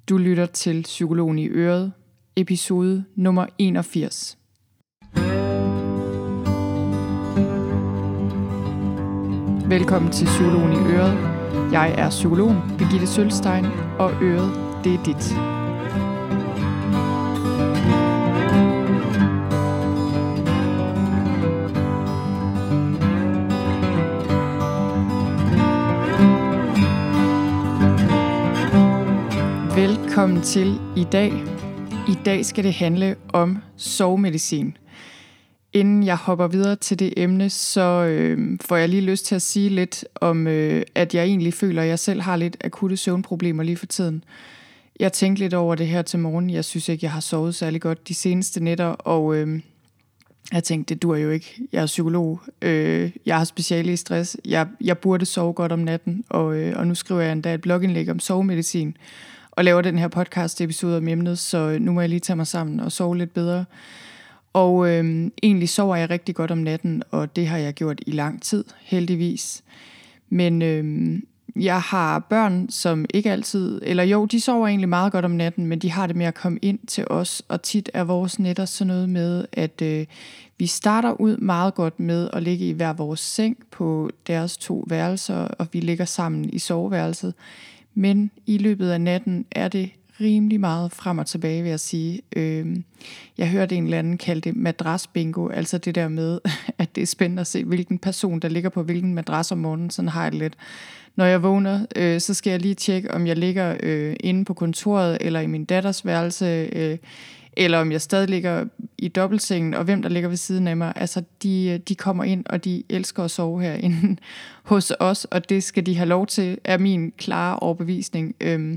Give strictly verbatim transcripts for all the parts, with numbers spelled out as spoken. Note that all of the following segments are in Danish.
Du lytter til Psykologen i Øret, episode nummer enogfirs. Velkommen til Psykologen i Øret. Jeg er psykologen Birgitte Sølstein, og Øret, det er dit. Velkommen til i dag. I dag skal det handle om sovemedicin. Inden jeg hopper videre til det emne, så øh, får jeg lige lyst til at sige lidt om, øh, at jeg egentlig føler, at jeg selv har lidt akutte søvnproblemer lige for tiden. Jeg tænkte lidt over det her til morgen. Jeg synes ikke, jeg har sovet særlig godt de seneste nætter, og øh, jeg tænkte, det dur jo ikke. Jeg er psykolog. Øh, jeg har speciale i stress. Jeg, jeg burde sove godt om natten, og, øh, og nu skriver jeg endda et blogindlæg om sovemedicin, og laver den her podcast-episode om emnet, så nu må jeg lige tage mig sammen og sove lidt bedre. Og øh, egentlig sover jeg rigtig godt om natten, og det har jeg gjort i lang tid, heldigvis. Men øh, jeg har børn, som ikke altid, eller jo, de sover egentlig meget godt om natten, men de har det med at komme ind til os, og tit er vores nætter sådan noget med, at øh, vi starter ud meget godt med at ligge i hver vores seng på deres to værelser, og vi ligger sammen i soveværelset. Men i løbet af natten er det rimelig meget frem og tilbage, vil jeg sige. Øh, jeg hørte en eller anden kalde det madrasbingo, altså det der med, at det er spændende at se, hvilken person, der ligger på hvilken madras om morgenen. Sådan har jeg det lidt. Når jeg vågner, øh, så skal jeg lige tjekke, om jeg ligger øh, inde på kontoret, eller i min datters værelse, øh, eller om jeg stadig ligger i dobbeltsengen, og hvem der ligger ved siden af mig. Altså, de, de kommer ind, og de elsker at sove herinde hos os, og det skal de have lov til, er min klare overbevisning. Øhm,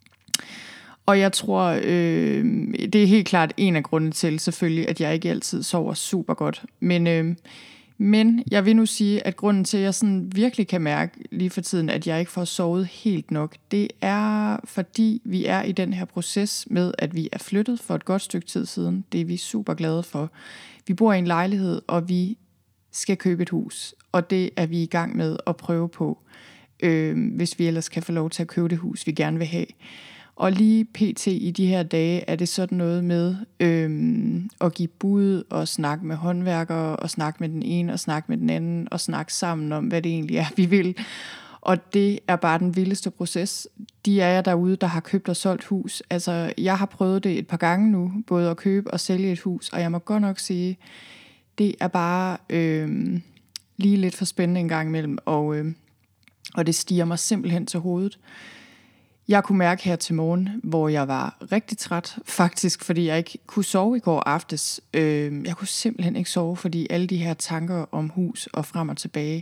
og jeg tror, øh, det er helt klart en af grundene til, selvfølgelig, at jeg ikke altid sover super godt. Men, øh, men jeg vil nu sige, at grunden til, at jeg sådan virkelig kan mærke lige for tiden, at jeg ikke får sovet helt nok, det er, fordi vi er i den her proces med, at vi er flyttet for et godt stykke tid siden. Det er vi super glade for. Vi bor i en lejlighed, og vi skal købe et hus, og det er vi i gang med at prøve på, øh, hvis vi ellers kan få lov til at købe det hus, vi gerne vil have. Og lige pt. I de her dage er det sådan noget med øhm, at give bud og snakke med håndværkere og snakke med den ene og snakke med den anden og snakke sammen om, hvad det egentlig er, vi vil. Og det er bare den vildeste proces. De af jer derude, der har købt og solgt hus. Altså, jeg har prøvet det et par gange nu, både at købe og sælge et hus, og jeg må godt nok sige, det er bare øhm, lige lidt for spændende en gang imellem, og, øhm, og det stiger mig simpelthen til hovedet. Jeg kunne mærke her til morgen, hvor jeg var rigtig træt, faktisk fordi jeg ikke kunne sove i går aftes. Jeg kunne simpelthen ikke sove, fordi alle de her tanker om hus og frem og tilbage,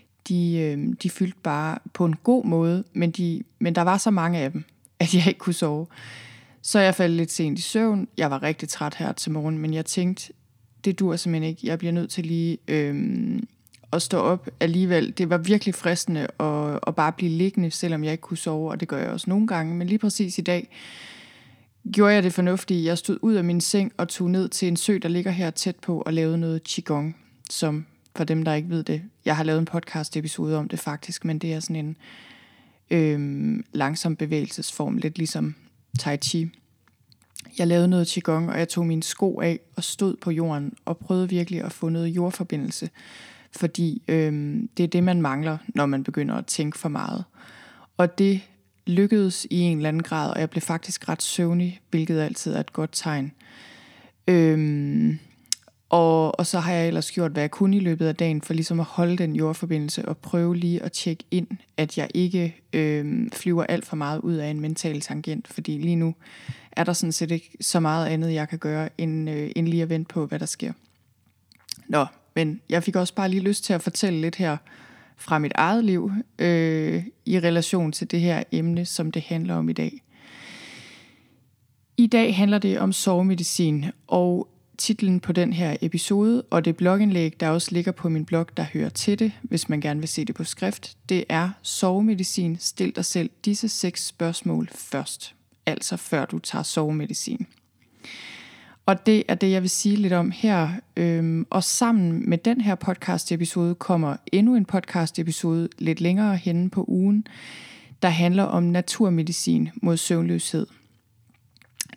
de, de fyldte bare på en god måde, men, de, men der var så mange af dem, at jeg ikke kunne sove. Så jeg faldt lidt sent i søvn. Jeg var rigtig træt her til morgen, men jeg tænkte, det dur simpelthen ikke. Jeg bliver nødt til lige øh, at stå op alligevel. Det var virkelig fristende at, at bare blive liggende, selvom jeg ikke kunne sove, og det gør jeg også nogle gange. Men lige præcis i dag gjorde jeg det fornuftige. Jeg stod ud af min seng og tog ned til en sø, der ligger her tæt på, og lavede noget qigong, som for dem, der ikke ved det. Jeg har lavet en podcast episode om det faktisk, men det er sådan en øh, langsom bevægelsesform, lidt ligesom tai chi. Jeg lavede noget qigong, og jeg tog mine sko af og stod på jorden og prøvede virkelig at få noget jordforbindelse. Fordi øhm, det er det, man mangler, når man begynder at tænke for meget. Og det lykkedes i en eller anden grad, og jeg blev faktisk ret søvnig, hvilket altid er et godt tegn. Øhm, og, og så har jeg ellers gjort, hvad jeg kunne i løbet af dagen, for ligesom at holde den jordforbindelse og prøve lige at tjekke ind, at jeg ikke øhm, flyver alt for meget ud af en mental tangent. Fordi lige nu er der sådan set ikke så meget andet, jeg kan gøre, end, øh, end lige at vente på, hvad der sker. Nå, men jeg fik også bare lige lyst til at fortælle lidt her fra mit eget liv øh, i relation til det her emne, som det handler om i dag. I dag handler det om sovemedicin, og titlen på den her episode og det blogindlæg, der også ligger på min blog, der hører til det, hvis man gerne vil se det på skrift, det er sovemedicin. Stil dig selv disse seks spørgsmål først, altså før du tager sovemedicin. Og det er det, jeg vil sige lidt om her. Øhm, og sammen med den her podcast-episode kommer endnu en podcast-episode lidt længere henne på ugen, der handler om naturmedicin mod søvnløshed.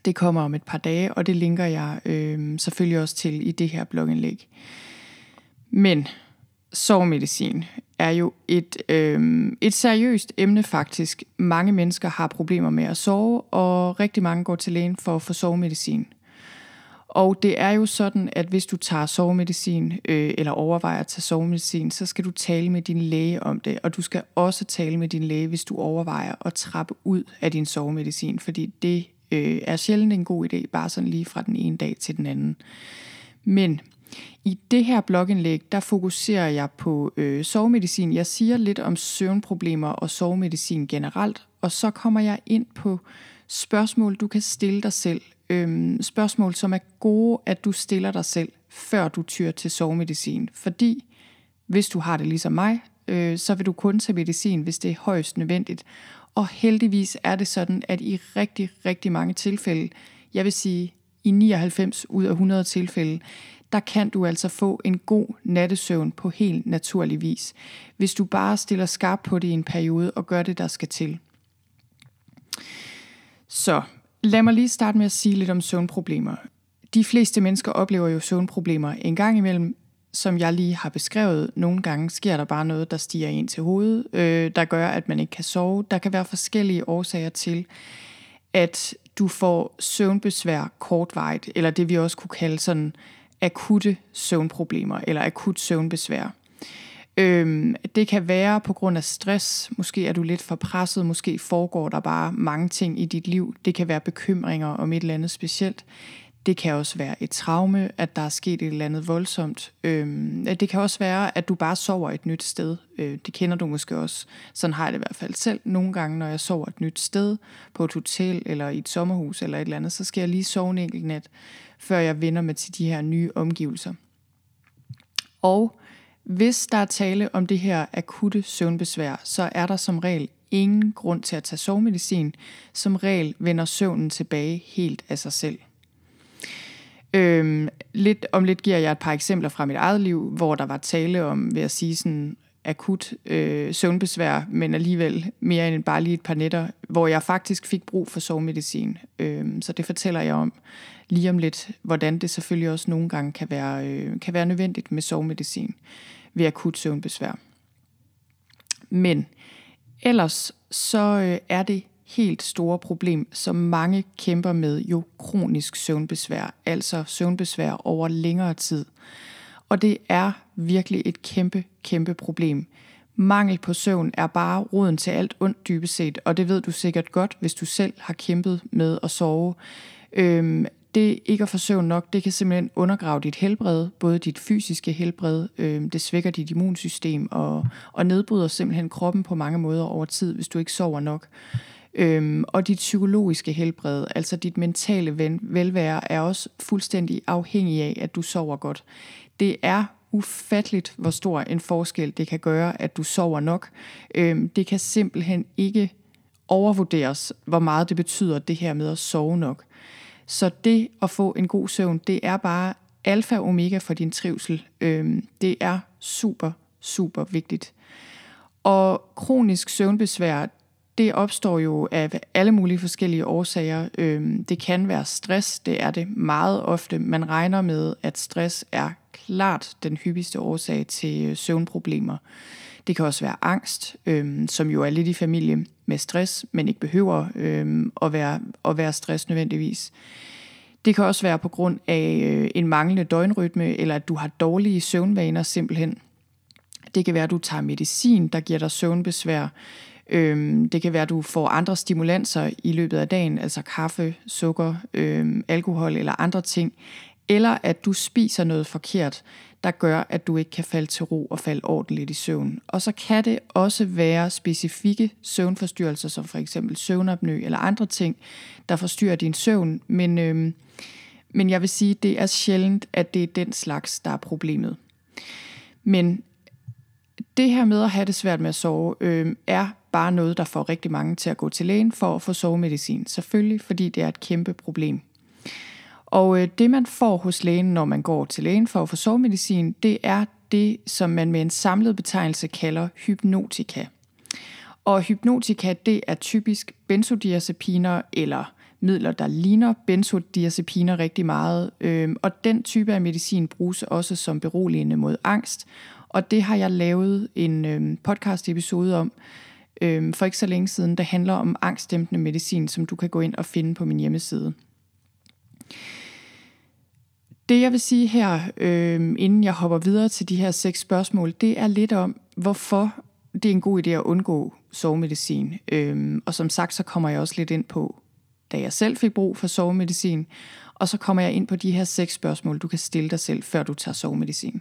Det kommer om et par dage, og det linker jeg øh, selvfølgelig også til i det her blogindlæg. Men sovemedicin er jo et, øh, et seriøst emne faktisk. Mange mennesker har problemer med at sove, og rigtig mange går til lægen for at få sovemedicin. Og det er jo sådan, at hvis du tager sovemedicin, øh, eller overvejer at tage sovemedicin, så skal du tale med din læge om det. Og du skal også tale med din læge, hvis du overvejer at trappe ud af din sovemedicin, fordi det øh, er sjældent en god idé, bare sådan lige fra den ene dag til den anden. Men i det her blogindlæg, der fokuserer jeg på øh, sovemedicin. Jeg siger lidt om søvnproblemer og sovemedicin generelt, og så kommer jeg ind på spørgsmål, du kan stille dig selv. Øhm, spørgsmål, som er gode, at du stiller dig selv, før du tyr til sovemedicin. Fordi hvis du har det ligesom mig, øh, så vil du kun tage medicin, hvis det er højst nødvendigt. Og heldigvis er det sådan, at i rigtig, rigtig mange tilfælde, jeg vil sige i nioghalvfems ud af hundrede tilfælde, der kan du altså få en god nattesøvn på helt naturlig vis, hvis du bare stiller skarpt på det i en periode og gør det, der skal til. Så lad mig lige starte med at sige lidt om søvnproblemer. De fleste mennesker oplever jo søvnproblemer en gang imellem, som jeg lige har beskrevet. Nogle gange sker der bare noget, der stiger ind til hovedet, øh, der gør, at man ikke kan sove. Der kan være forskellige årsager til, at du får søvnbesvær kortvarigt, eller det vi også kunne kalde sådan akutte søvnproblemer, eller akut søvnbesvær. Øhm, det kan være på grund af stress, måske er du lidt for presset, måske foregår der bare mange ting i dit liv. Det kan være bekymringer om et eller andet specielt. Det kan også være et traume, at der er sket et eller andet voldsomt. Øhm, det kan også være, at du bare sover et nyt sted. Øh, det kender du måske også. Sådan har jeg det i hvert fald selv. Nogle gange, når jeg sover et nyt sted, på et hotel eller i et sommerhus eller et eller andet, så skal jeg lige sove en enkelt nat, før jeg vender mig til de her nye omgivelser. Og hvis der er tale om det her akutte søvnbesvær, så er der som regel ingen grund til at tage sovemedicin. Som regel vender søvnen tilbage helt af sig selv. Øhm, lidt, om lidt giver jeg et par eksempler fra mit eget liv, hvor der var tale om, vil jeg sige, sådan akut øh, søvnbesvær, men alligevel mere end bare lige et par nætter, hvor jeg faktisk fik brug for sovemedicin. Øhm, så det fortæller jeg om lige om lidt, hvordan det selvfølgelig også nogle gange kan være, øh, kan være nødvendigt med sovemedicin ved akut søvnbesvær. Men ellers så øh, er det helt store problem, som mange kæmper med, jo kronisk søvnbesvær, altså søvnbesvær over længere tid. Og det er virkelig et kæmpe, kæmpe problem. Mangel på søvn er bare roden til alt ondt dybest set, og det ved du sikkert godt, hvis du selv har kæmpet med at sove. Øhm, det ikke at få søvn nok, det kan simpelthen undergrave dit helbred, både dit fysiske helbred, øhm, det svækker dit immunsystem og, og nedbryder simpelthen kroppen på mange måder over tid, hvis du ikke sover nok. Øhm, og dit psykologiske helbred, altså dit mentale ven, velvære, er også fuldstændig afhængig af, at du sover godt. Det er ufatteligt, hvor stor en forskel det kan gøre, at du sover nok. Øhm, det kan simpelthen ikke overvurderes, hvor meget det betyder, det her med at sove nok. Så det at få en god søvn, det er bare alfa og omega for din trivsel. Øhm, det er super, super vigtigt. Og kronisk søvnbesvær, det opstår jo af alle mulige forskellige årsager. Øhm, det kan være stress, det er det meget ofte. Man regner med, at stress er klart den hyppigste årsag til søvnproblemer. Det kan også være angst, øhm, som jo er lidt i familie med stress, men ikke behøver øhm, at, være, at være stress nødvendigvis. Det kan også være på grund af øh, en manglende døgnrytme, eller at du har dårlige søvnvaner simpelthen. Det kan være, at du tager medicin, der giver dig søvnbesvær. Øhm, det kan være, at du får andre stimulanser i løbet af dagen, altså kaffe, sukker, øhm, alkohol eller andre ting. Eller at du spiser noget forkert, der gør, at du ikke kan falde til ro og falde ordentligt i søvn. Og så kan det også være specifikke søvnforstyrrelser, som for eksempel søvnapnø eller andre ting, der forstyrrer din søvn. Men, øhm, men jeg vil sige, at det er sjældent, at det er den slags, der er problemet. Men det her med at have det svært med at sove, øh, er bare noget, der får rigtig mange til at gå til lægen for at få sovemedicin. Selvfølgelig, fordi det er et kæmpe problem. Og øh, det man får hos lægen, når man går til lægen for at få sovemedicin, det er det, som man med en samlet betegnelse kalder hypnotika. Og hypnotika, det er typisk benzodiazepiner eller midler, der ligner benzodiazepiner rigtig meget. Øh, og den type af medicin bruges også som beroligende mod angst. Og det har jeg lavet en øh, podcast episode om øh, for ikke så længe siden, der handler om angstdæmpende medicin, som du kan gå ind og finde på min hjemmeside. Det jeg vil sige her, øh, inden jeg hopper videre til de her seks spørgsmål, det er lidt om, hvorfor det er en god idé at undgå sovemedicin. Øh, og som sagt, så kommer jeg også lidt ind på, da jeg selv fik brug for sovemedicin, og så kommer jeg ind på de her seks spørgsmål, du kan stille dig selv, før du tager sovemedicin.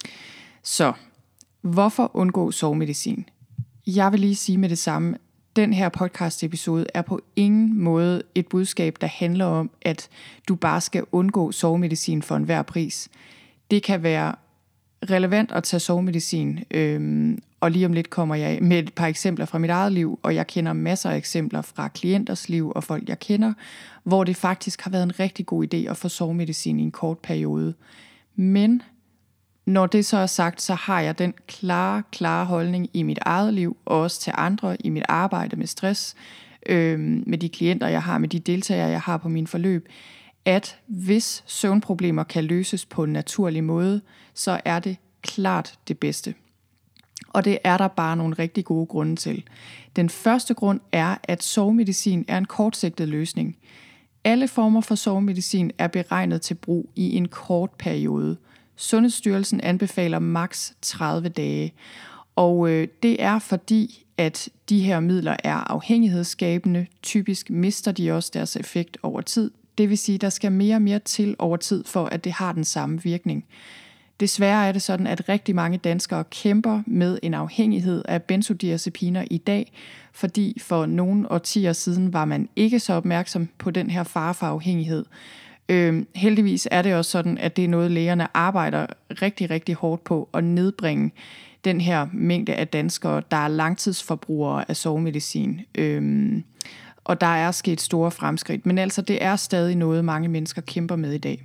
Så, hvorfor undgå sovemedicin? Jeg vil lige sige med det samme, den her podcast episode er på ingen måde et budskab, der handler om, at du bare skal undgå sovemedicin for enhver pris. Det kan være relevant at tage sovemedicin, øhm, og lige om lidt kommer jeg med et par eksempler fra mit eget liv, og jeg kender masser af eksempler fra klienters liv og folk, jeg kender, hvor det faktisk har været en rigtig god idé at få sovemedicin i en kort periode. Men når det så er sagt, så har jeg den klare, klare holdning i mit eget liv, og også til andre i mit arbejde med stress, øh, med de klienter, jeg har, med de deltagere, jeg har på min forløb, at hvis søvnproblemer kan løses på en naturlig måde, så er det klart det bedste. Og det er der bare nogle rigtig gode grunde til. Den første grund er, at sovemedicin er en kortsigtet løsning. Alle former for sovemedicin er beregnet til brug i en kort periode. Sundhedsstyrelsen anbefaler maks tredive dage, og øh, det er fordi, at de her midler er afhængighedsskabende. Typisk mister de også deres effekt over tid. Det vil sige, at der skal mere og mere til over tid, for at det har den samme virkning. Desværre er det sådan, at rigtig mange danskere kæmper med en afhængighed af benzodiazepiner i dag, fordi for nogle årtier siden var man ikke så opmærksom på den her fare for afhængighed. Øh, heldigvis er det også sådan, at det er noget, lægerne arbejder rigtig, rigtig hårdt på at nedbringe den her mængde af danskere, der er langtidsforbrugere af sovemedicin. Øh, og der er sket store fremskridt, men altså det er stadig noget, mange mennesker kæmper med i dag.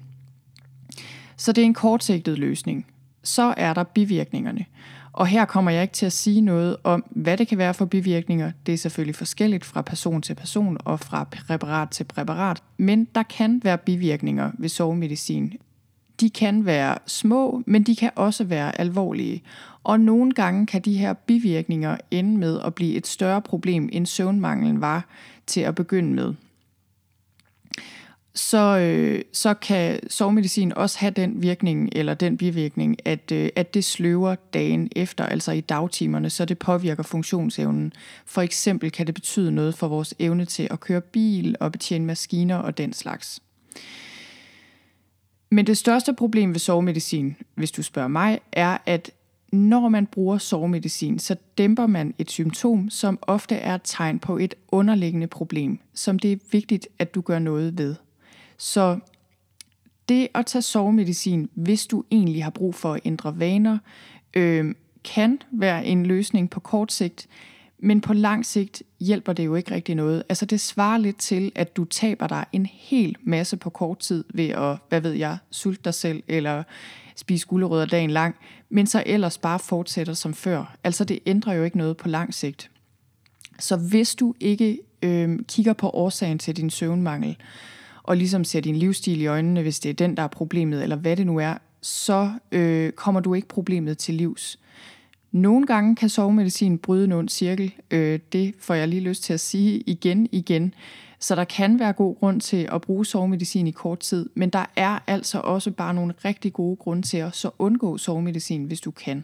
Så det er en kortsigtet løsning. Så er der bivirkningerne. Og her kommer jeg ikke til at sige noget om, hvad det kan være for bivirkninger. Det er selvfølgelig forskelligt fra person til person og fra præparat til præparat. Men der kan være bivirkninger ved sovemedicin. De kan være små, men de kan også være alvorlige. Og nogle gange kan de her bivirkninger ende med at blive et større problem, end søvnmanglen var til at begynde med. Så, øh, så kan sovemedicin også have den virkning, eller den bivirkning, at, øh, at det sløver dagen efter, altså i dagtimerne, så det påvirker funktionsevnen. For eksempel kan det betyde noget for vores evne til at køre bil og betjene maskiner og den slags. Men det største problem ved sovemedicin, hvis du spørger mig, er, at når man bruger sovemedicin, så dæmper man et symptom, som ofte er et tegn på et underliggende problem, som det er vigtigt, at du gør noget ved. Så det at tage sovemedicin, hvis du egentlig har brug for at ændre vaner, øh, kan være en løsning på kort sigt, men på lang sigt hjælper det jo ikke rigtig noget. Altså det svarer lidt til, at du taber dig en hel masse på kort tid ved at, hvad ved jeg, sulte dig selv eller spise gulerødder dagen lang, men så ellers bare fortsætter som før. Altså det ændrer jo ikke noget på lang sigt. Så hvis du ikke øh, kigger på årsagen til din søvnmangel, og ligesom ser din livsstil i øjnene, hvis det er den, der er problemet, eller hvad det nu er, så øh, kommer du ikke problemet til livs. Nogle gange kan sovemedicin bryde en ond cirkel. Øh, det får jeg lige lyst til at sige igen igen. Så der kan være god grund til at bruge sovemedicin i kort tid, men der er altså også bare nogle rigtig gode grunde til at så undgå sovemedicin, hvis du kan.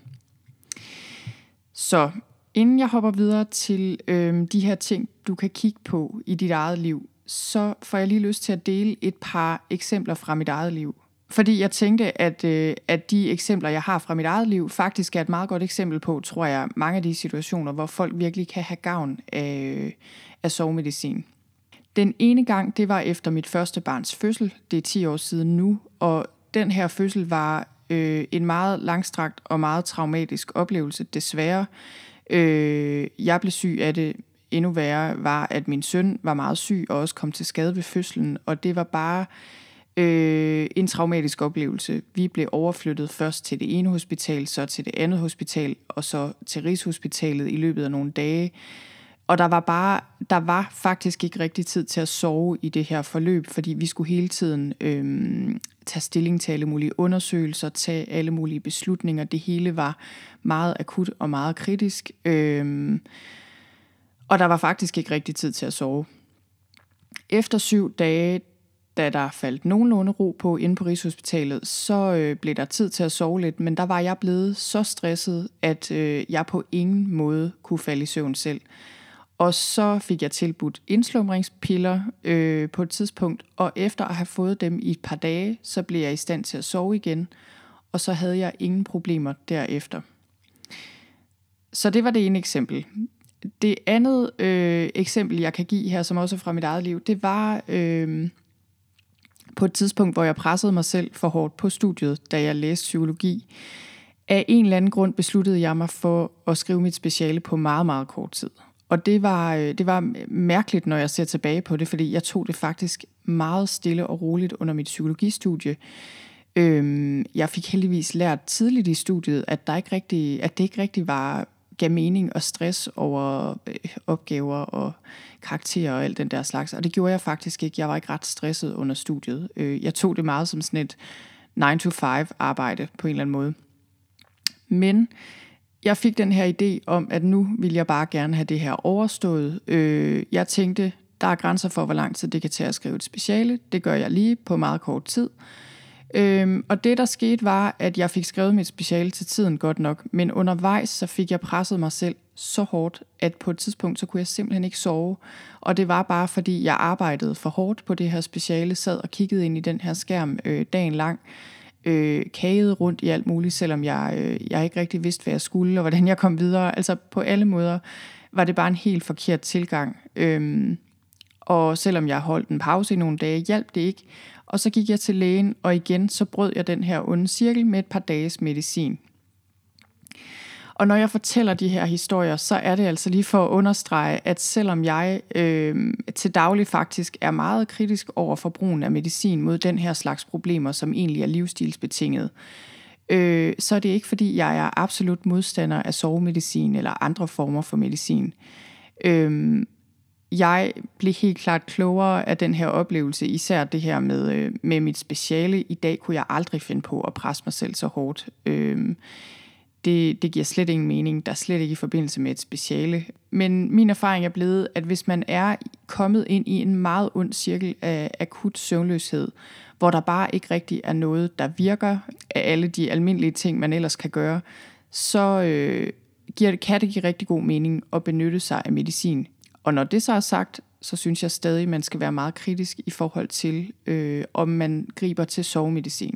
Så inden jeg hopper videre til øh, de her ting, du kan kigge på i dit eget liv, så får jeg lige lyst til at dele et par eksempler fra mit eget liv. Fordi jeg tænkte, at, øh, at de eksempler, jeg har fra mit eget liv, faktisk er et meget godt eksempel på, tror jeg, mange af de situationer, hvor folk virkelig kan have gavn af, af sovemedicin. Den ene gang, det var efter mit første barns fødsel. Det er ti år siden nu, og den her fødsel var øh, en meget langstrakt og meget traumatisk oplevelse, desværre. Øh, jeg blev syg af det. Endnu værre var, at min søn var meget syg og også kom til skade ved fødslen, og det var bare øh, en traumatisk oplevelse. Vi blev overflyttet først til det ene hospital, så til det andet hospital, og så til Rigshospitalet i løbet af nogle dage. Og der var bare, der var faktisk ikke rigtig tid til at sove i det her forløb, fordi vi skulle hele tiden øhm, tage stilling til alle mulige undersøgelser, tage alle mulige beslutninger. Det hele var meget akut og meget kritisk. Øhm, og der var faktisk ikke rigtig tid til at sove. Efter syv dage, da der faldt nogenlunde ro på inde på Rigshospitalet, så øh, blev der tid til at sove lidt, men der var jeg blevet så stresset, at øh, jeg på ingen måde kunne falde i søvn selv. Og så fik jeg tilbudt indslumringspiller øh, på et tidspunkt, og efter at have fået dem i et par dage, så blev jeg i stand til at sove igen, og så havde jeg ingen problemer derefter. Så det var det ene eksempel. Det andet øh, eksempel, jeg kan give her, som også er fra mit eget liv, det var øh, på et tidspunkt, hvor jeg pressede mig selv for hårdt på studiet, da jeg læste psykologi. Af en eller anden grund besluttede jeg mig for at skrive mit speciale på meget, meget kort tid. Og det var, det var mærkeligt, når jeg ser tilbage på det, fordi jeg tog det faktisk meget stille og roligt under mit psykologistudie. Øhm, jeg fik heldigvis lært tidligt i studiet, at, der ikke rigtig, at det ikke rigtig var, gav mening og stress over øh, opgaver og karakterer og alt den der slags. Og det gjorde jeg faktisk ikke. Jeg var ikke ret stresset under studiet. Øh, jeg tog det meget som sådan et nine to five arbejde på en eller anden måde. Men jeg fik den her idé om, at nu vil jeg bare gerne have det her overstået. Øh, jeg tænkte, der er grænser for, hvor lang tid det kan tage at skrive et speciale. Det gør jeg lige på meget kort tid. Øh, og det, der skete, var, at jeg fik skrevet mit speciale til tiden godt nok. Men undervejs, så fik jeg presset mig selv så hårdt, at på et tidspunkt, så kunne jeg simpelthen ikke sove. Og det var bare, fordi jeg arbejdede for hårdt på det her speciale, sad og kiggede ind i den her skærm øh, dagen lang. Øh, kagede rundt i alt muligt, selvom jeg, øh, jeg ikke rigtig vidste, hvad jeg skulle, og hvordan jeg kom videre. Altså på alle måder var det bare en helt forkert tilgang. Øhm, og selvom jeg holdt en pause i nogle dage, hjalp det ikke. Og så gik jeg til lægen, og igen så brød jeg den her onde cirkel med et par dages medicin. Og når jeg fortæller de her historier, så er det altså lige for at understrege, at selvom jeg øh, til daglig faktisk er meget kritisk over for brugen af medicin mod den her slags problemer, som egentlig er livsstilsbetinget, øh, så er det ikke fordi, jeg er absolut modstander af sovemedicin eller andre former for medicin. Øh, jeg blev helt klart klogere af den her oplevelse, især det her med, øh, med mit speciale. I dag kunne jeg aldrig finde på at presse mig selv så hårdt. Øh, Det, det giver slet ingen mening, der er slet ikke i forbindelse med et speciale. Men min erfaring er blevet, at hvis man er kommet ind i en meget ond cirkel af akut søvnløshed, hvor der bare ikke rigtig er noget, der virker af alle de almindelige ting, man ellers kan gøre, så øh, giver det, kan det give rigtig god mening at benytte sig af medicin. Og når det så er sagt, så synes jeg stadig, at man skal være meget kritisk i forhold til, øh, om man griber til sovemedicin.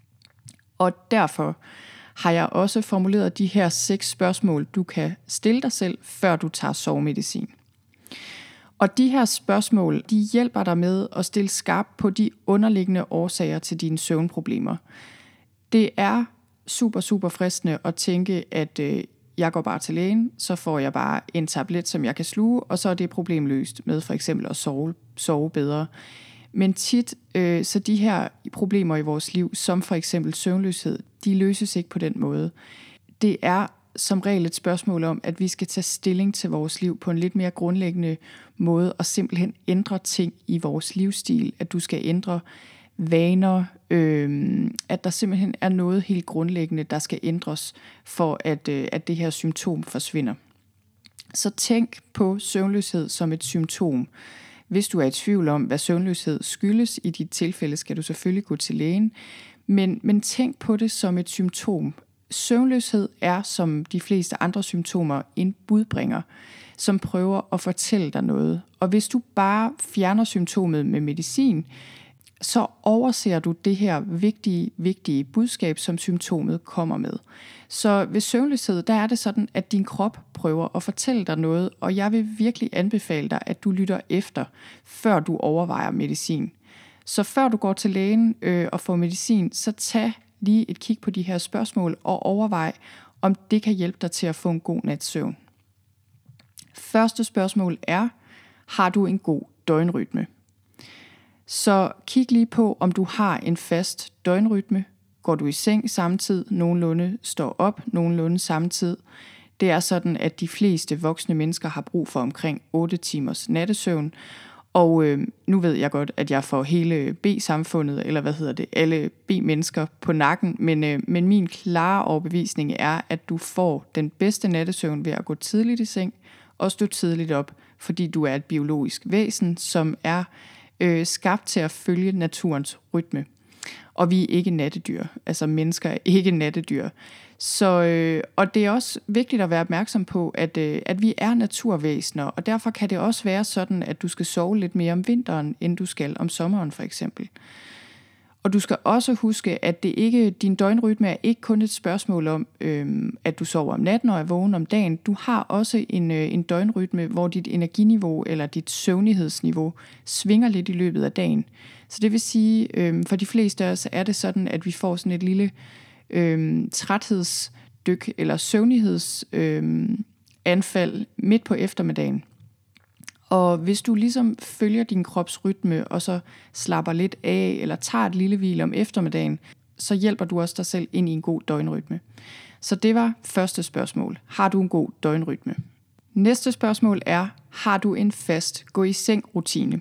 Og derfor har jeg også formuleret de her seks spørgsmål, du kan stille dig selv, før du tager sovemedicin. Og de her spørgsmål, de hjælper dig med at stille skarp på de underliggende årsager til dine søvnproblemer. Det er super, super fristende at tænke, at øh, jeg går bare til lægen, så får jeg bare en tablet, som jeg kan sluge, og så er det problem løst med for eksempel at sove, sove bedre. Men tit, øh, så de her problemer i vores liv, som for eksempel søvnløshed, de løses ikke på den måde. Det er som regel et spørgsmål om, at vi skal tage stilling til vores liv på en lidt mere grundlæggende måde, og simpelthen ændre ting i vores livsstil. At du skal ændre vaner, øh, at der simpelthen er noget helt grundlæggende, der skal ændres, for at, øh, at det her symptom forsvinder. Så tænk på søvnløshed som et symptom. Hvis du er i tvivl om, hvad søvnløshed skyldes, i dit tilfælde skal du selvfølgelig gå til lægen, men, men tænk på det som et symptom. Søvnløshed er, som de fleste andre symptomer, en budbringer, som prøver at fortælle dig noget. Og hvis du bare fjerner symptomet med medicin, så overser du det her vigtige, vigtige budskab, som symptomet kommer med. Så ved søvnløshed, der er det sådan, at din krop prøver at fortælle dig noget, og jeg vil virkelig anbefale dig, at du lytter efter, før du overvejer medicin. Så før du går til lægen øh, og får medicin, så tag lige et kig på de her spørgsmål og overvej, om det kan hjælpe dig til at få en god nats søvn. Første spørgsmål er, har du en god døgnrytme? Så kig lige på, om du har en fast døgnrytme. Går du i seng samtidig, nogenlunde står op, nogenlunde samtidig. Det er sådan, at de fleste voksne mennesker har brug for omkring otte timers nattesøvn. Og øh, nu ved jeg godt, at jeg får hele B-samfundet, eller hvad hedder det, alle B-mennesker på nakken, men, øh, men min klare overbevisning er, at du får den bedste nattesøvn ved at gå tidligt i seng og stå tidligt op, fordi du er et biologisk væsen, som er øh, skabt til at følge naturens rytme. Og vi er ikke nattedyr, altså mennesker er ikke nattedyr. Så, øh, og det er også vigtigt at være opmærksom på, at, øh, at vi er naturvæsener, og derfor kan det også være sådan, at du skal sove lidt mere om vinteren, end du skal om sommeren for eksempel. Og du skal også huske, at det ikke, din døgnrytme er ikke kun et spørgsmål om, øh, at du sover om natten og er vågen om dagen. Du har også en, øh, en døgnrytme, hvor dit energiniveau eller dit søvnighedsniveau svinger lidt i løbet af dagen. Så det vil sige, øh, for de fleste af os er det sådan, at vi får sådan et lille øh, træthedsdyk eller søvnighedsanfald øh, midt på eftermiddagen. Og hvis du ligesom følger din krops rytme, og så slapper lidt af, eller tager et lille hvil om eftermiddagen, så hjælper du også dig selv ind i en god døgnrytme. Så det var første spørgsmål. Har du en god døgnrytme? Næste spørgsmål er, har du en fast gå-i-seng-rutine?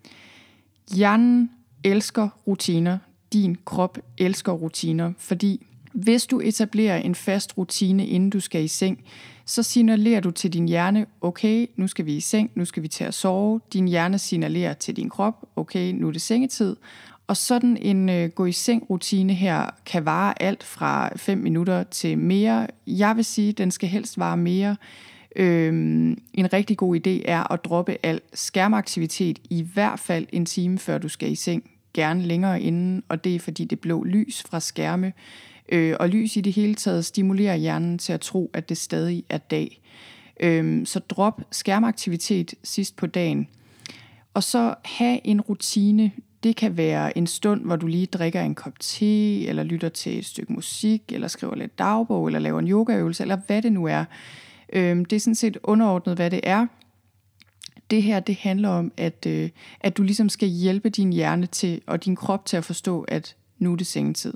Hjernen elsker rutiner. Din krop elsker rutiner, fordi hvis du etablerer en fast rutine, inden du skal i seng, så signalerer du til din hjerne, okay, nu skal vi i seng, nu skal vi til at sove. Din hjerne signalerer til din krop, okay, nu er det sengetid. Og sådan en øh, gå-i-seng-rutine her kan vare alt fra fem minutter til mere. Jeg vil sige, den skal helst vare mere. Øhm, en rigtig god idé er at droppe al skærmaktivitet i hvert fald en time, før du skal i seng. Gerne længere inden, og det er fordi det blå lys fra skærme øh, og lys i det hele taget stimulerer hjernen til at tro, at det stadig er dag. Øhm, så drop skærmaktivitet sidst på dagen. Og så have en rutine. Det kan være en stund, hvor du lige drikker en kop te, eller lytter til et stykke musik, eller skriver lidt dagbog, eller laver en yogaøvelse, eller hvad det nu er. Øhm, det er sådan set underordnet, hvad det er. Det her, det handler om, at, øh, at du ligesom skal hjælpe din hjerne til, og din krop til at forstå, at nu er det sengetid.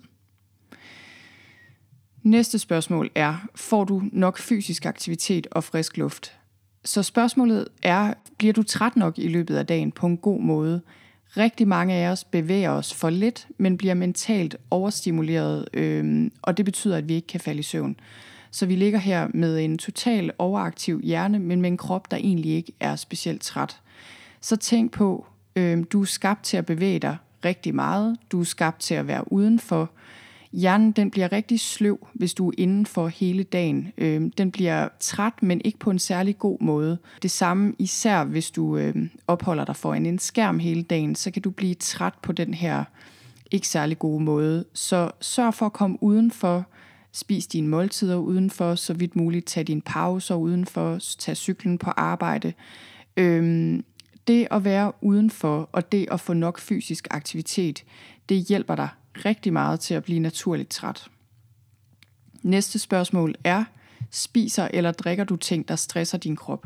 Næste spørgsmål er, får du nok fysisk aktivitet og frisk luft? Så spørgsmålet er, bliver du træt nok i løbet af dagen på en god måde? Rigtig mange af os bevæger os for lidt, men bliver mentalt overstimuleret, øh, og det betyder, at vi ikke kan falde i søvn. Så vi ligger her med en total overaktiv hjerne, men med en krop, der egentlig ikke er specielt træt. Så tænk på, øh, du er skabt til at bevæge dig rigtig meget. Du er skabt til at være udenfor. Hjernen den bliver rigtig sløv, hvis du er indenfor hele dagen. Øh, den bliver træt, men ikke på en særlig god måde. Det samme især, hvis du øh, opholder dig foran en skærm hele dagen, så kan du blive træt på den her ikke særlig gode måde. Så sørg for at komme udenfor. Spis dine måltider udenfor, så vidt muligt. Tag dine pauser udenfor. Tag cyklen på arbejde. Øhm, det at være udenfor, og det at få nok fysisk aktivitet, det hjælper dig rigtig meget til at blive naturligt træt. Næste spørgsmål er, spiser eller drikker du ting, der stresser din krop?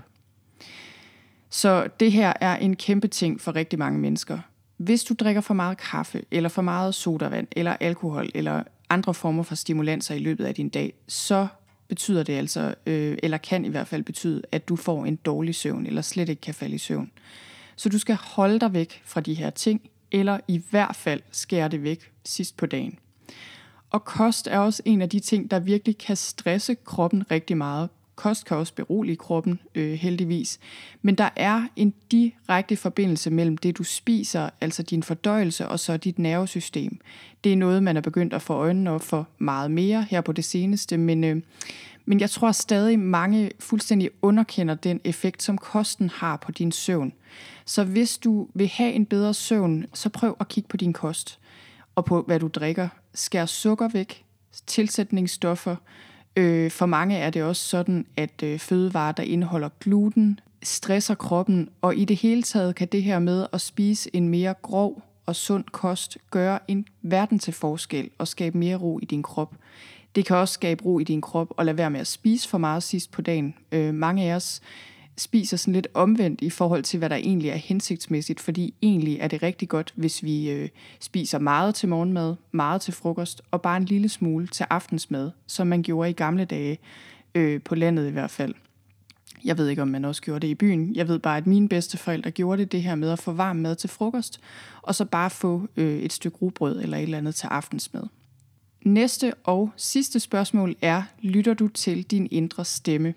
Så det her er en kæmpe ting for rigtig mange mennesker. Hvis du drikker for meget kaffe, eller for meget sodavand, eller alkohol, eller andre former for stimulanser i løbet af din dag, så betyder det altså, øh, eller kan i hvert fald betyde, at du får en dårlig søvn, eller slet ikke kan falde i søvn. Så du skal holde dig væk fra de her ting, eller i hvert fald skære det væk sidst på dagen. Og kost er også en af de ting, der virkelig kan stresse kroppen rigtig meget. Kost kan også berolige kroppen, øh, heldigvis. Men der er en direkte forbindelse mellem det, du spiser, altså din fordøjelse, og så dit nervesystem. Det er noget, man er begyndt at få øjnene op for meget mere her på det seneste, men, øh, men jeg tror stadig, mange fuldstændig underkender den effekt, som kosten har på din søvn. Så hvis du vil have en bedre søvn, så prøv at kigge på din kost, og på hvad du drikker. Skær sukker væk, tilsætningsstoffer. Øh, for mange er det også sådan, at øh, fødevarer, der indeholder gluten, stresser kroppen, og i det hele taget kan det her med at spise en mere grov og sund kost gøre en verden til forskel og skabe mere ro i din krop. Det kan også skabe ro i din krop og lade være med at spise for meget sidst på dagen. Øh, mange af os spiser sådan lidt omvendt i forhold til, hvad der egentlig er hensigtsmæssigt, fordi egentlig er det rigtig godt, hvis vi øh, spiser meget til morgenmad, meget til frokost, og bare en lille smule til aftensmad, som man gjorde i gamle dage. øh, på landet i hvert fald. Jeg ved ikke, om man også gjorde det i byen. Jeg ved bare, at mine bedsteforældre gjorde det, det her med at få varm mad til frokost, og så bare få øh, et stykke rugbrød eller et eller andet til aftensmad. Næste og sidste spørgsmål er, lytter du til din indre stemme?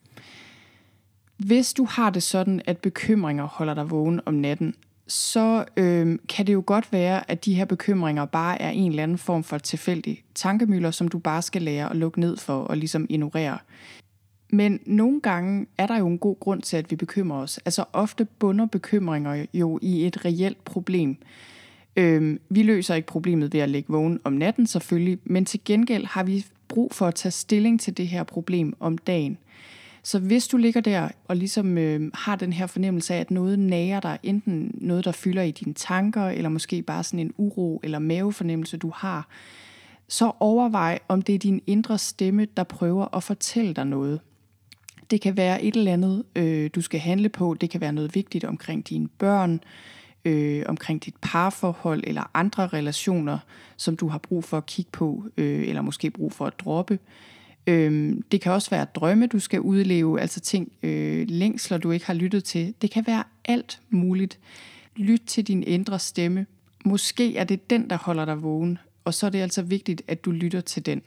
Hvis du har det sådan, at bekymringer holder dig vågen om natten, så øh, kan det jo godt være, at de her bekymringer bare er en eller anden form for tilfældig tankemøller, som du bare skal lære at lukke ned for og ligesom ignorere. Men nogle gange er der jo en god grund til, at vi bekymrer os. Altså ofte bunder bekymringer jo i et reelt problem. Øhm, vi løser ikke problemet ved at ligge vågen om natten selvfølgelig, men til gengæld har vi brug for at tage stilling til det her problem om dagen. Så hvis du ligger der og ligesom øh, har den her fornemmelse af, at noget nager dig, enten noget, der fylder i dine tanker, eller måske bare sådan en uro eller mavefornemmelse, du har, så overvej, om det er din indre stemme, der prøver at fortælle dig noget. Det kan være et eller andet, øh, du skal handle på. Det kan være noget vigtigt omkring dine børn, øh, omkring dit parforhold eller andre relationer, som du har brug for at kigge på, øh, eller måske brug for at droppe. Øh, det kan også være drømme, du skal udleve, altså ting, øh, længsler, du ikke har lyttet til. Det kan være alt muligt. Lyt til din indre stemme. Måske er det den, der holder dig vågen, og så er det altså vigtigt, at du lytter til den.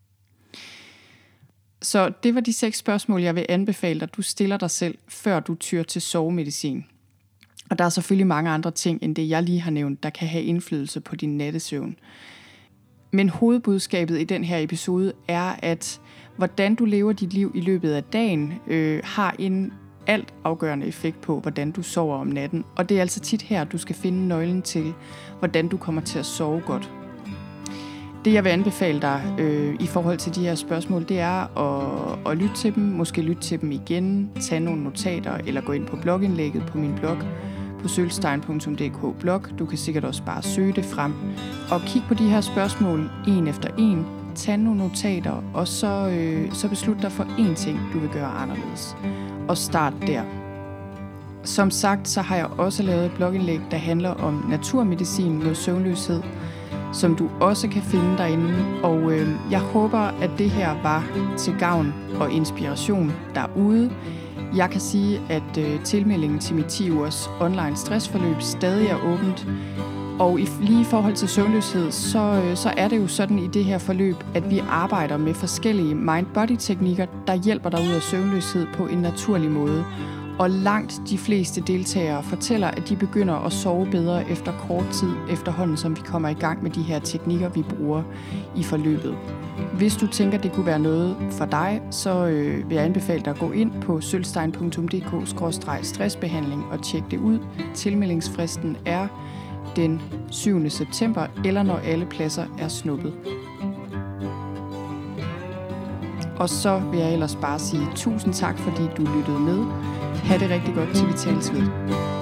Så det var de seks spørgsmål, jeg vil anbefale dig, du stiller dig selv, før du tyr til sovemedicin. Og der er selvfølgelig mange andre ting, end det jeg lige har nævnt, der kan have indflydelse på din nattesøvn. Men hovedbudskabet i den her episode er, at hvordan du lever dit liv i løbet af dagen, øh, har en alt afgørende effekt på, hvordan du sover om natten. Og det er altså tit her, du skal finde nøglen til, hvordan du kommer til at sove godt. Det jeg vil anbefale dig øh, i forhold til de her spørgsmål, det er at, at lytte til dem, måske lytte til dem igen, tage nogle notater eller gå ind på blogindlægget på min blog på sølstein punktum d k blog. Du kan sikkert også bare søge det frem og kig på de her spørgsmål en efter en, tag nogle notater og så, øh, så beslut dig for én ting, du vil gøre anderledes. Og start der. Som sagt, så har jeg også lavet et blogindlæg, der handler om naturmedicin mod søvnløshed, som du også kan finde derinde. Og øh, jeg håber, at det her var til gavn og inspiration derude. Jeg kan sige, at øh, tilmeldingen til mit ti ugers online stressforløb stadig er åbent. Og i, lige i forhold til søvnløshed, så, øh, så er det jo sådan i det her forløb, at vi arbejder med forskellige mind-body-teknikker, der hjælper dig ud af søvnløshed på en naturlig måde. Og langt de fleste deltagere fortæller, at de begynder at sove bedre efter kort tid efterhånden, som vi kommer i gang med de her teknikker, vi bruger i forløbet. Hvis du tænker, det kunne være noget for dig, så øh, vil jeg anbefale dig at gå ind på sølstein punktum d k skråstreg stressbehandling og tjekke det ud. Tilmeldingsfristen er den syvende september, eller når alle pladser er snuppet. Og så vil jeg ellers bare sige tusind tak, fordi du lyttede med. Ha' det rigtig godt, til vi tales ved.